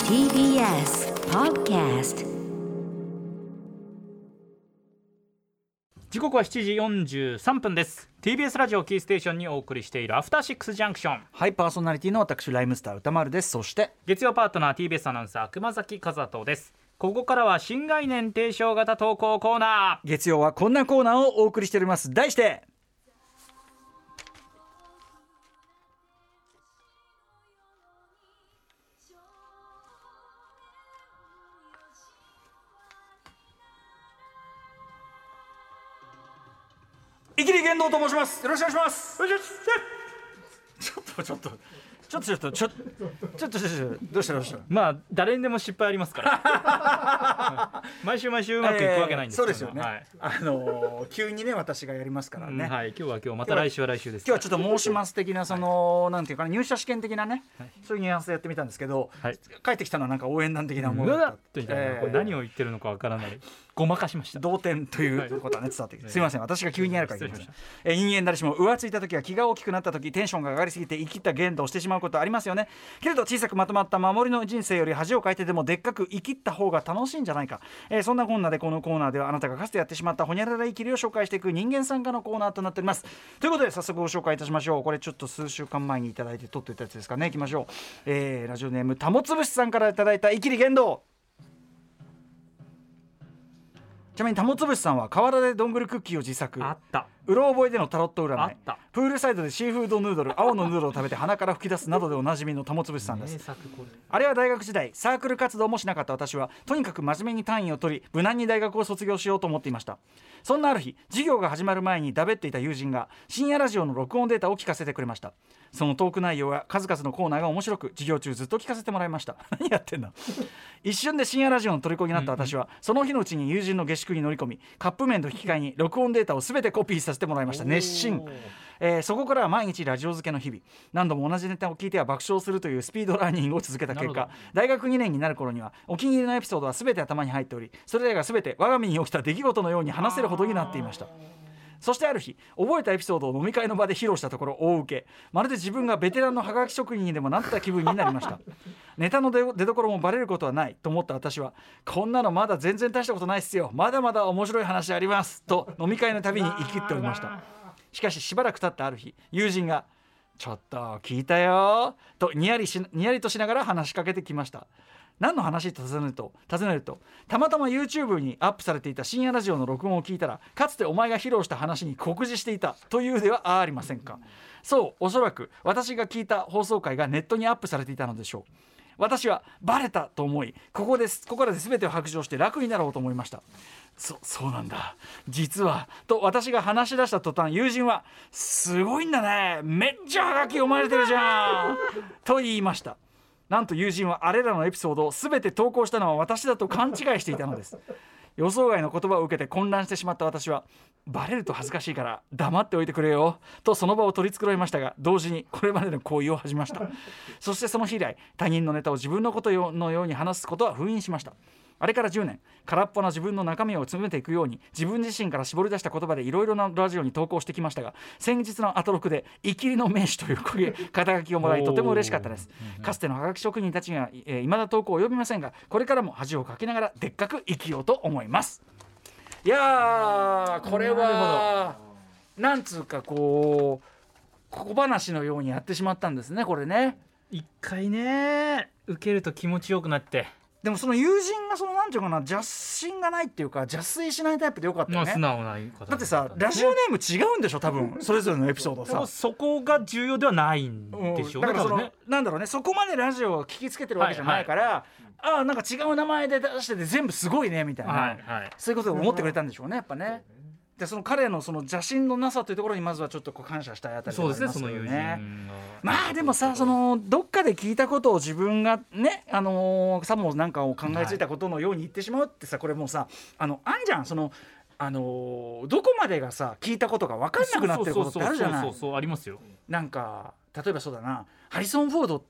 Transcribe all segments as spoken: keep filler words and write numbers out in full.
ティービーエス Podcast。 時刻はしちじよんじゅうさんぷんです。 ティービーエス ラジオキーステーションにお送りしているアフターシックスジャンクション。 はい、パーソナリティの私ライムスター歌丸です。そして月曜パートナー ティービーエス アナウンサー熊崎和人です。ここからは新概念提唱型投稿コーナー。 月曜はこんなコーナーをお送りしております。題してイキリ言動と申します。よろしくお願いします。ちょっとちょっとちょっとちょっとちょっとちょっとちょっとどうしたどうした。 まあ誰にでも失敗ありますから毎週毎週うまくいくわけないんですけど、 えー、そうですよね、はい、あのー、急にね私がやりますからね、 うん、はい、今日は今日また来週は来週です。 今日はちょっと申します的なその、はい、なんていうかな入社試験的なね、はい、そういうニュアンスでやってみたんですけど、はい、帰ってきたのはなんか応援団的なものだった、 みたいな、えー、これ何を言ってるのかわからないごまかしました。 同点ということはね伝わってきて、すいません私が急にやるから言いました。えー、人間誰しも浮ついた時は気が大きくなった時テンションが上がりすぎて生きった限度をしてしまうことありますよね。けれど小さくまとまった守りの人生より恥をかいてでもでっかく生きった方が楽しいんじゃないか、えー、そんなこんなでこのコーナーではあなたがかつてやってしまったほにゃらら生きりを紹介していく人間参加のコーナーとなっております。ということで早速ご紹介いたしましょう。これちょっと数週間前にいただいて撮っていたやつですかね。いきましょう。えー、ラジオネームたもつぶしさんからいただいた生きり言動。ちなみにたもつぶしさんは河原でどんぐりクッキーを自作、 あった、 うろ覚えでのタロット占い、 あった、 プールサイドでシーフードヌードル青のヌードルを食べて鼻から吹き出すなどでおなじみのたもつぶしさんです。あれは大学時代サークル活動もしなかった私はとにかく真面目に単位を取り無難に大学を卒業しようと思っていました。そんなある日授業が始まる前にだべっていた友人が深夜ラジオの録音データを聞かせてくれました。そのトーク内容や数々のコーナーが面白く授業中ずっと聞かせてもらいました。何やってんだ一瞬で深夜ラジオの虜になった私は、うんうん、その日のうちに友人の下宿に乗り込みカップ麺と引き換えに録音データを全てコピーさせてもらいました。熱心、えー、そこからは毎日ラジオ漬けの日々、何度も同じネタを聞いては爆笑するというスピードラーニングを続けた結果大学にねんになる頃にはお気に入りのエピソードは全て頭に入っておりそれらが全て我が身に起きた出来事のように話せるほどになっていました。そしてある日覚えたエピソードを飲み会の場で披露したところ大受け、まるで自分がベテランのハガキ職人にでもなった気分になりましたネタの出どころもバレることはないと思った私はこんなのまだ全然大したことないっすよ、まだまだ面白い話ありますと飲み会のたびに言い切っておりました。しかししばらく経ったある日友人がちょっと聞いたよとにやりしにやりとしながら話しかけてきました。何の話と尋ねると尋ねるとたまたま YouTube にアップされていた深夜ラジオの録音を聞いたらかつてお前が披露した話に酷似していたというではありませんか。そうおそらく私が聞いた放送回がネットにアップされていたのでしょう。私はバレたと思いここですここらで全てを白状して楽になろうと思いました。そ, そうなんだ実はと私が話し出した途端友人はすごいんだねめっちゃハガキ読まれてるじゃんと言いました。なんと友人はあれらのエピソードを全て投稿したのは私だと勘違いしていたのです。予想外の言葉を受けて混乱してしまった私はバレると恥ずかしいから黙っておいてくれよとその場を取り繕いましたが同時にこれまでの行為を始めましたそしてその日以来他人のネタを自分のことのように話すことは封印しました。あれからじゅうねん空っぽな自分の中身を詰めていくように自分自身から絞り出した言葉でいろいろなラジオに投稿してきましたが先日のアトロクでイキリの名手という肩書きをもらいとても嬉しかったです。かつてのハガキ職人たちが、えー、未だ投稿を呼びませんがこれからも恥をかきながらでっかく生きようと思います。いやーこれはなんつうかこう小話のようにやってしまったんですねこれね。 一回ね受けると気持ちよくなってでもその友人がそのなんていうかな邪心がないっていうか邪推しないタイプでよかったよね。 素直な言い方だってさラジオネーム違うんでしょ多分それぞれのエピソードさそこが重要ではないんでしょう、 うん、だからその、 ね、 なんだろうねそこまでラジオを聞きつけてるわけじゃないから、はいはい、ああなんか違う名前で出してて全部すごいねみたいな、はいはい、そういうことを思ってくれたんでしょうねやっぱね。でその彼のその邪心のなさというところにまずはちょっとこう感謝したいあたりでありますよね。 そうですねその友人まあでもさそのどっかで聞いたことを自分がねあのー、さもなんかを考えついたことのように言ってしまうってさこれもうさあのあんじゃんそのあのー、どこまでがさ聞いたことが分かんなくなってることってあるじゃない。 そうそうそうそうありますよ。 なんか例えばそうだなハリソン・フォードって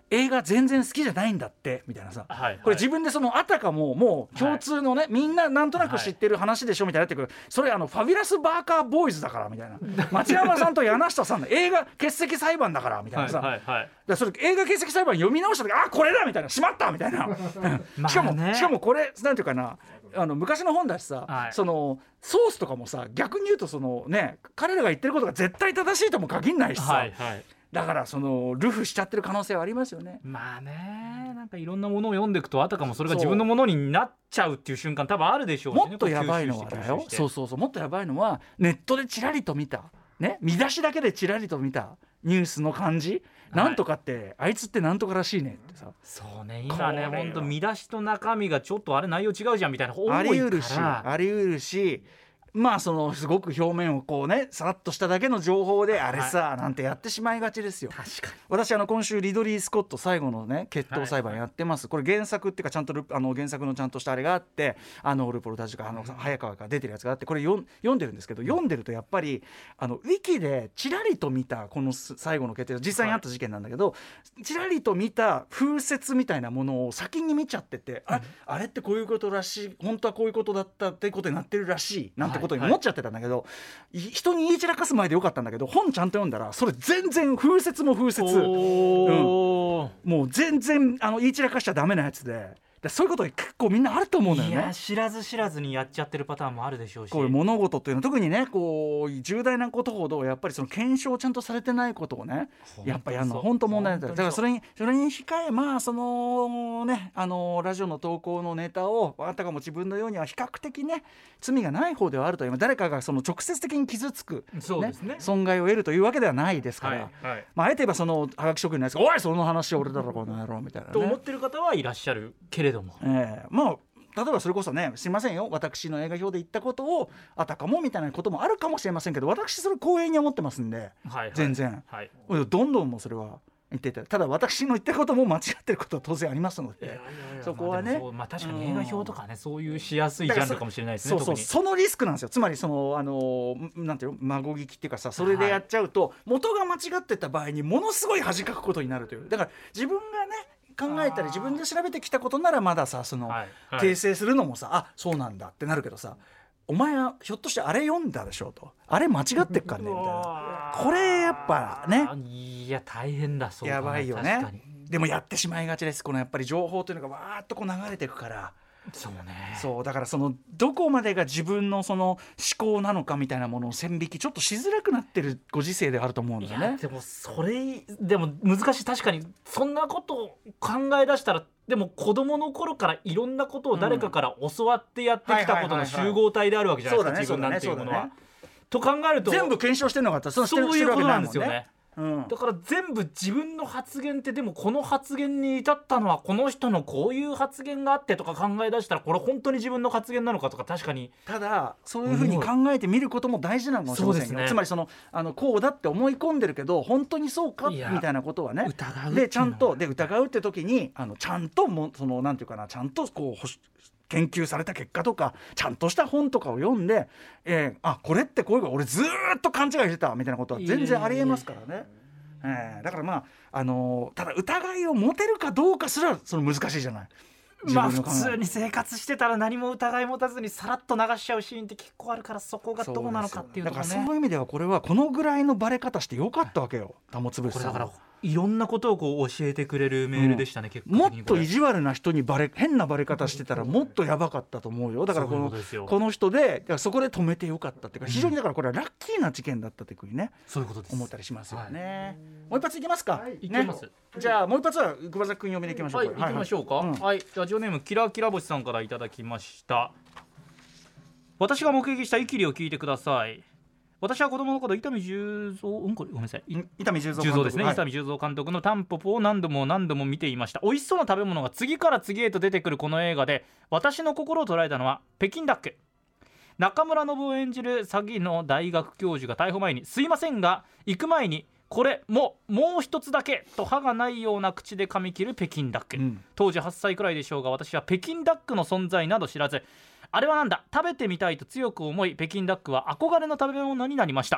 映画全然好きじゃないんだってみたいなさ、 はいはい、 これ自分でそのあたかももう共通のね、はい、みんななんとなく知ってる話でしょみたいになってくる、それあのファビュラスバーカーボーイズだからみたいな町山さんと柳下さんの映画欠席裁判だからみたいなさ、はいはいはい、だそれ映画欠席裁判読み直した時あこれだみたいなしまったみたいなしかも、ね、しかもこれなんていうかなあの昔の本だしさ、はい、そのソースとかもさ逆に言うとそのね彼らが言ってることが絶対正しいとも限んないしさ、はいはい、だからそのルフしちゃってる可能性はありますよね。 まあねなんかいろんなものを読んでいくとあたかもそれが自分のものになっちゃうっていう瞬間多分あるでしょうし、ね、 もっとやばいのはだよそうそうそうもっとやばいのはネットでチラリと見た、ね、見出しだけでチラリと見たニュースの感じ、はい、なんとかってあいつってなんとからしいねってさそうね今ねほんと見出しと中身がちょっとあれ内容違うじゃんみたいな多いからありうるしありうるしまあそのすごく表面をこうねさらっとしただけの情報であれさ、はい、なんてやってしまいがちですよ。 確かに私あの今週リドリー・スコット最後のね決闘裁判やってます、はい、これ原作っていうかちゃんとあの原作のちゃんとしたあれがあってあのルポルタージュかあの早川が出てるやつがあってこれ読んでるんですけど読んでるとやっぱりあのウィキでちらりと見たこの最後の決定実際にあった事件なんだけど、はい、ちらりと見た風説みたいなものを先に見ちゃってて、うん、あ, あれってこういうことらしい本当はこういうことだったってことになってるらしいなんてことに思っちゃってたんだけど、はいはい人に言い散らかす前でよかったんだけど本ちゃんと読んだらそれ全然風説も風説、うん、もう全然あの言い散らかしちゃダメなやつででそういうこと結構みんなあると思うんだよね。 いや知らず知らずにやっちゃってるパターンもあるでしょうしこういう物事っていうのは特にねこう重大なことほどやっぱりその検証ちゃんとされてないことをねやっぱりやるのは本当問題だ。だからそれにそれに控えまあそのねあのラジオの投稿のネタをあたかも自分のようには比較的ね罪がない方ではあるという誰かがその直接的に傷つく、 そうですね、 損害を得るというわけではないですから、はいはいまあ、あえて言えばそのはがき職人のやつがおいその話俺だろこの野郎みたいな、ね、 と思ってる方はいらっしゃるけれども、 えー、まあ例えばそれこそねすいませんよ私の映画表で言ったことをあたかもみたいなこともあるかもしれませんけど私それ光栄に思ってますんで、はいはい、全然、はい、どんどんもそれは言っていたただ私の言ったことも間違ってることは当然ありますのでいやいやいやそこはね、 まあまあ、確かに映画表とかね、うん、そういうしやすいジャンルかもしれないですね。 そうそうそのリスクなんですよ。つまりそのあのなんていうの孫聞きっていうかさそれでやっちゃうと、はい、元が間違ってた場合にものすごい恥かくことになるというだから自分がね考えたり自分で調べてきたことならまださその、はいはい、訂正するのもさあそうなんだってなるけどさお前はひょっとしてあれ読んだでしょとあれ間違ってっかねみたいなこれやっぱねいや大変だそうやばいよね。でもやってしまいがちです。このやっぱり情報というのがわーっとこう流れていくからそうねそうだからそのどこまでが自分のその思考なのかみたいなものを線引きちょっとしづらくなってるご時世であると思うんだよね。いやでもそれでも難しい確かにそんなことを考え出したらでも子供の頃からいろんなことを誰かから教わってやってきたことの集合体であるわけじゃないですか自分なんていうものは、ねね、と考えると全部検証してるのがあったらそういうことなんですよね。うん、だから全部自分の発言ってでもこの発言に至ったのはこの人のこういう発言があってとか考え出したらこれ本当に自分の発言なのかとか確かにただそういうふうに考えてみることも大事なのかもしれませんよ、ね、つまりそのあのこうだって思い込んでるけど本当にそうかみたいなことはね疑うでちゃんとで疑うって時にあのちゃんともそのなんていうかなちゃんとこう研究された結果とかちゃんとした本とかを読んで、えー、あこれってこういうの俺ずっと勘違いしてたみたいなことは全然ありえますからね。えー、だからまあ、あのー、ただ疑いを持てるかどうかすらその難しいじゃない。 まあ普通に生活してたら何も疑い持たずにさらっと流しちゃうシーンって結構あるからそこがどうなのかっていうところね。 だからそういう意味ではこれはこのぐらいのバレ方してよかったわけよ玉つぶしさん。 これだからいろんなことをこう教えてくれるメールでしたね、うん、結構もっと意地悪な人にバレ変なバレ方してたらもっとやばかったと思うよ。だからこのこの人でそこで止めてよかったっていうか非常にだからこれはラッキーな事件だったというふうにね、 そういうことです思ったりしますよね、はい、もう一発いきますか、はい、 いきます、 ね、じゃあもう一発は熊崎君読みでいきましょうか。 はい、はい、いきましょうか、はいはい、はい、ラジオネームキラキラ星さんからいただきました。私が目撃したイキリを聞いてください。私は子供の頃伊丹十三、うん、これごめんなさい伊丹十三監督ですね、はい、伊丹十三監督のタンポポを何度も何度も見ていました。美味しそうな食べ物が次から次へと出てくるこの映画で私の心を捉えたのは北京ダック。中村信夫演じる詐欺の大学教授が逮捕前にすいませんが行く前にこれももう一つだけと歯がないような口で噛み切る北京ダック、うん、当時はっさいくらいでしょうが私は北京ダックの存在など知らずあれはなんだ食べてみたいと強く思い北京ダックは憧れの食べ物になりました。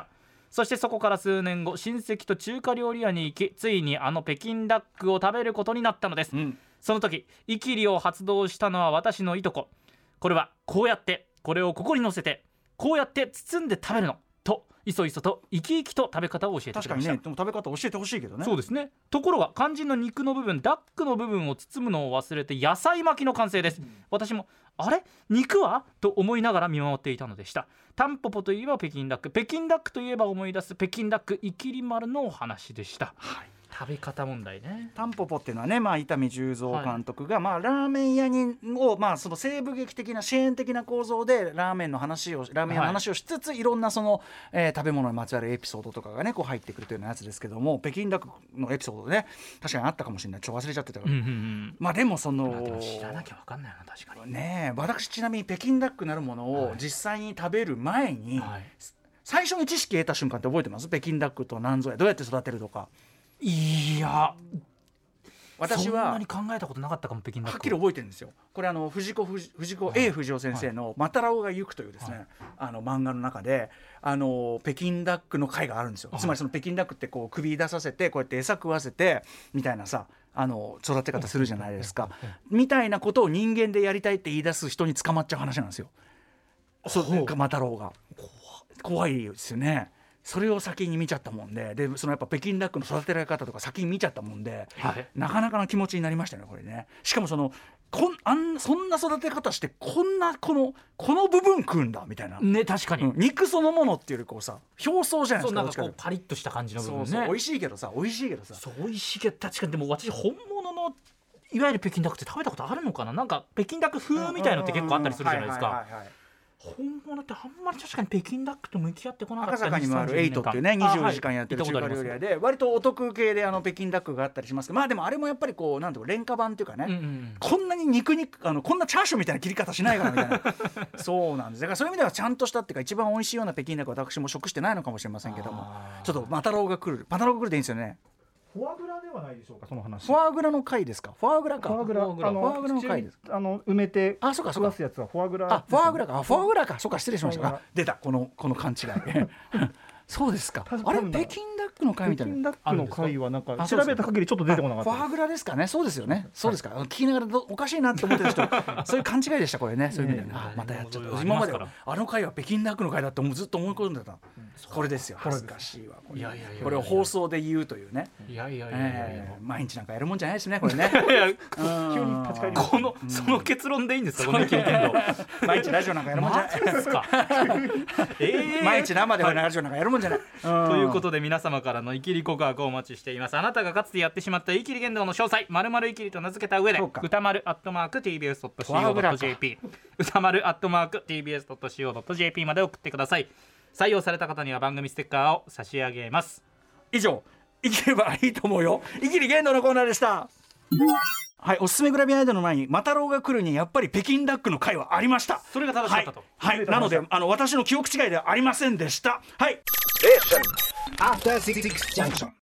そしてそこから数年後、親戚と中華料理屋に行き、ついにあの北京ダックを食べることになったのです、うん、その時イキリを発動したのは私のいとこ。これはこうやって、これをここに乗せて、こうやって包んで食べるのと、いそいそと生き生きと食べ方を教えてくれました。 確かにね、でも食べ方教えてほしいけどね。 そうですね。ところが肝心の肉の部分、ダックの部分を包むのを忘れて野菜巻きの完成です、うん、私もあれ肉はと思いながら見守っていたのでした。タンポポといえば北京ダック、北京ダックといえば思い出す北京ダックイキリ丸のお話でした、はい。食べ方問題ね。 タンポポっていうのはね、まあ、伊丹十三監督が、はい、まあ、ラーメン屋にを、まあ、その西部劇的な支援的な構造でラーメンの話をラーメン屋の話をしつつ、はい、いろんなその、えー、食べ物にまつわるエピソードとかがねこう入ってくるというようなやつですけども、北京ダックのエピソードね確かにあったかもしれない。ちょっと忘れちゃってたから、うんうんうん、まあでもその、まあ、でも知らなきゃ分かんないな確かにね。私ちなみに北京ダックなるものを実際に食べる前に、はい、最初に知識得た瞬間って覚えてます？北京ダックと何ぞやどうやって育てるとか。 いや私はそんなに考えたことなかったかも。北京ダックはっきり覚えてるんですよ。これあの藤子藤子、はい、A 藤尾先生の「マタラオが行く」というですね、はい、あの漫画の中であの北京ダックの回があるんですよ、はい、つまりその北京ダックってこう首出させてこうやって餌食わせてみたいなさあの育て方するじゃないですかみたいなことを人間でやりたいって言い出す人に捕まっちゃう話なんですよ。そうマタロウが怖いですよね。それを先に見ちゃったもんで、でそのやっぱ北京ダックの育てられ方とか先に見ちゃったもんで、はい、なかなかの気持ちになりましたねこれね。しかもそのこんあんそんな育て方してこんなこのこの部分食うんだみたいなね。確かに、うん、 肉そのものっていうよりこうさ表層じゃないですか。 そうなんかこうパリッとした感じの部分ね。 そうそう美味しいけどさ美味しいけどさそう美味しいけど確かに。でも私本物のいわゆる北京ダックって食べたことあるのかな。なんか北京ダック風みたいのって結構あったりするじゃないですか。本物ってあんまり確かに北京ダックと向き合ってこなかった。 赤坂にもあるエイトっていうねにじゅうよじかんやってる中華料理屋で割とお得系であの北京ダックがあったりしますけど、まあでもあれもやっぱりこうなんていうか廉価版っていうかね、うんうん、こんなに肉肉あのこんなチャーシューみたいな切り方しないからみたいなそうなんです。だからそういう意味ではちゃんとしたっていうか一番美味しいような北京ダック私も食してないのかもしれませんけども、ちょっとマタロウが来るマタロウが来るでいいんですよね。 フォアグラではないでしょうかその話。 フォアグラの回ですか。フォアグラか。 フォアグラ、あのフォアグラの回です。あの埋めてあそうかそうか食わすやつはフォアグラ、ね。 あフォアグラか。あフォアグラか。そうか失礼しました。出たこのこの勘違い。そうですか。あれ北京ダックの回みたいな。 北京ダックの回はなんか調べた限りちょっと出てこなかった。 フォアグラですかね。そうですよね。そうですか。聞きながらおかしいなって思ってる人そういう勘違いでしたこれね。そういう意味でね。またやっちゃった。今まではあの回は北京ダックの回だってずっと思い込んでた。これですよ。恥ずかしいわ。 いやいやいやこれを放送で言うというね。 いやいやいやいや毎日なんかやるもんじゃないですねこれね。 急に立ち返りこのその結論でいいんですかこの意見剣道。 毎日ラジオなんかやるもんじゃないですか。毎日生でラジオなんかやるもんじゃない。 ということで皆様からのイキリ告白をお待ちしています。あなたがかつてやってしまったイキリ言動の詳細〇〇イキリと名付けた上で歌丸アットマーク ティービーエスドットシーオードットジェーピー 歌丸アットマーク ティービーエスドットシーオードットジェーピー まで送ってください。採用された方には番組ステッカーを差し上げます。 以上生きればいいと思うよイキリ言動のコーナーでした。はい、おすすめグラビアアイドルの前にマタロウが来るにやっぱり北京ダックの回はありました。 それが正しかったと。 はい、はい、なのであの私の記憶違いではありませんでした。はい。